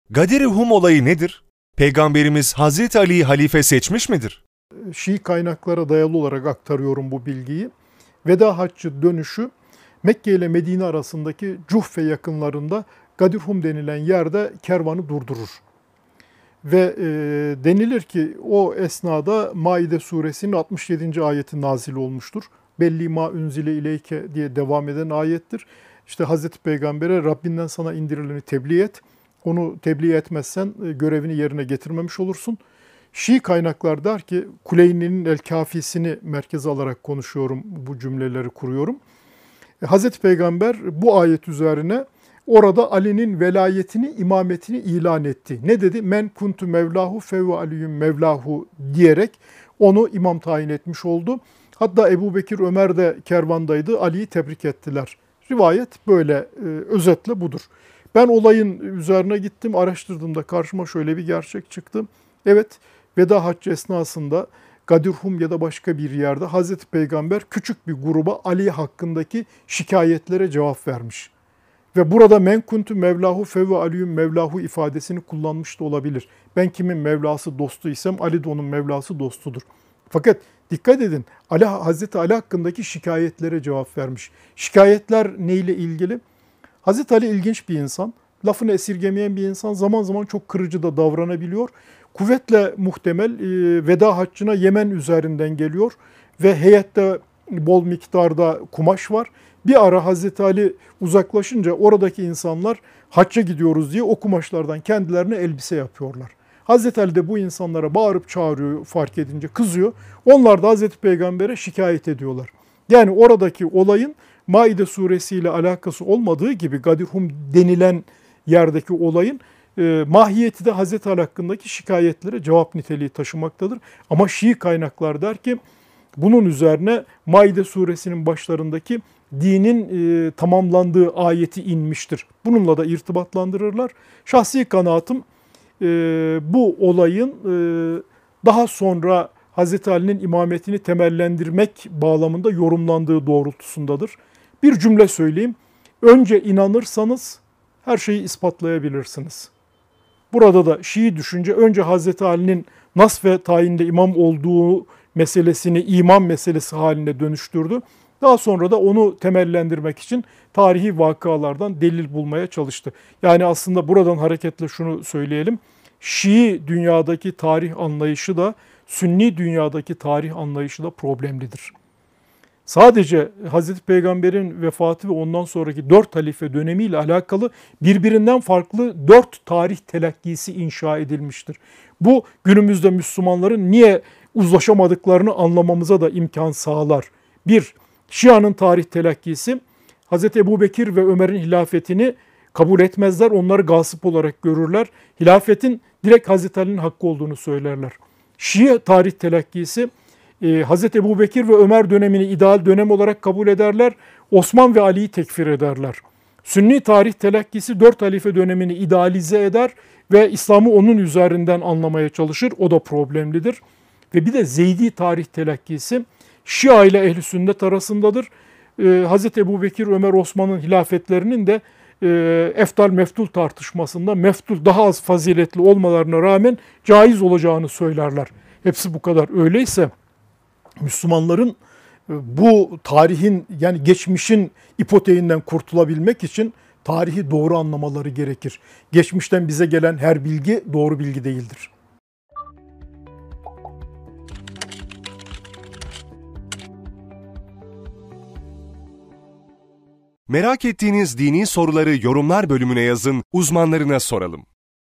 Gadir-i Hum olayı nedir? Peygamberimiz Hazreti Ali'yi halife seçmiş midir? Şii kaynaklara dayalı olarak aktarıyorum bu bilgiyi. Veda Haccı dönüşü Mekke ile Medine arasındaki Cuhfe yakınlarında Gadir Hum denilen yerde kervanı durdurur. Ve denilir ki o esnada Maide suresinin 67. ayeti nazil olmuştur. Belli ma unzile ileyke diye devam eden ayettir. İşte Hazreti Peygamber'e Rabbinden sana indirileni tebliğ et. Onu tebliğ etmezsen görevini yerine getirmemiş olursun. Şii kaynaklar der ki, Kuleyni'nin El-Kafisini merkeze alarak konuşuyorum, bu cümleleri kuruyorum. Hazreti Peygamber bu ayet üzerine orada Ali'nin velayetini, imametini ilan etti. Ne dedi? Men kuntu mevlahu fevve aliyyum mevlahu diyerek onu imam tayin etmiş oldu. Hatta Ebu Bekir, Ömer de kervandaydı, Ali'yi tebrik ettiler. Rivayet böyle, özetle budur. Ben olayın üzerine gittim, araştırdığımda karşıma şöyle bir gerçek çıktı. Evet, Veda Haccı esnasında Gadir Hum ya da başka bir yerde Hazreti Peygamber küçük bir gruba Ali hakkındaki şikayetlere cevap vermiş. Ve burada men kuntu mevlahu fevve aliyyum mevlahu ifadesini kullanmış da olabilir. Ben kimin Mevlası dostu isem Ali de onun Mevlası dostudur. Fakat dikkat edin, Hazreti Ali hakkındaki şikayetlere cevap vermiş. Şikayetler neyle ilgili? Hazreti Ali ilginç bir insan, lafını esirgemeyen bir insan, zaman zaman çok kırıcı da davranabiliyor. Kuvvetle muhtemel Veda Haccı'na Yemen üzerinden geliyor ve heyette bol miktarda kumaş var. Bir ara Hazreti Ali uzaklaşınca oradaki insanlar hacca gidiyoruz diye o kumaşlardan kendilerine elbise yapıyorlar. Hazreti Ali de bu insanlara bağırıp çağırıyor, fark edince kızıyor. Onlar da Hazreti Peygamber'e şikayet ediyorlar. Yani oradaki olayın Maide suresiyle alakası olmadığı gibi Gadir Hum denilen yerdeki olayın mahiyeti de Hazreti Ali hakkındaki şikayetlere cevap niteliği taşımaktadır. Ama Şii kaynaklar der ki bunun üzerine Maide suresinin başlarındaki dinin tamamlandığı ayeti inmiştir. Bununla da irtibatlandırırlar. Şahsi kanaatim bu olayın daha sonra Hazreti Ali'nin imametini temellendirmek bağlamında yorumlandığı doğrultusundadır. Bir cümle söyleyeyim. Önce inanırsanız her şeyi ispatlayabilirsiniz. Burada da Şii düşünce önce Hazreti Ali'nin nas ve tayinde imam olduğu meselesini iman meselesi haline dönüştürdü. Daha sonra da onu temellendirmek için tarihi vakalardan delil bulmaya çalıştı. Yani aslında buradan hareketle şunu söyleyelim. Şii dünyadaki tarih anlayışı da Sünni dünyadaki tarih anlayışı da problemlidir. Sadece Hazreti Peygamber'in vefatı ve ondan sonraki 4 halife dönemiyle alakalı birbirinden farklı 4 tarih telakkisi inşa edilmiştir. Bu günümüzde Müslümanların niye uzlaşamadıklarını anlamamıza da imkan sağlar. 1. Şia'nın tarih telakkisi, Hazreti Ebubekir ve Ömer'in hilafetini kabul etmezler, onları gasip olarak görürler. Hilafetin direkt Hazreti Ali'nin hakkı olduğunu söylerler. Şii tarih telakkisi, Hazreti Ebubekir ve Ömer dönemini ideal dönem olarak kabul ederler. Osman ve Ali'yi tekfir ederler. Sünni tarih telakkisi 4 halife dönemini idealize eder ve İslam'ı onun üzerinden anlamaya çalışır. O da problemlidir. Ve bir de Zeydi tarih telakkisi Şia ile Ehl-i Sünnet arasındadır. Hazreti Ebubekir, Ömer, Osman'ın hilafetlerinin de eftal meftul tartışmasında meftul daha az faziletli olmalarına rağmen caiz olacağını söylerler. Hepsi bu kadar öyleyse Müslümanların bu tarihin yani geçmişin ipoteğinden kurtulabilmek için tarihi doğru anlamaları gerekir. Geçmişten bize gelen her bilgi doğru bilgi değildir. Merak ettiğiniz dini soruları yorumlar bölümüne yazın, uzmanlarına soralım.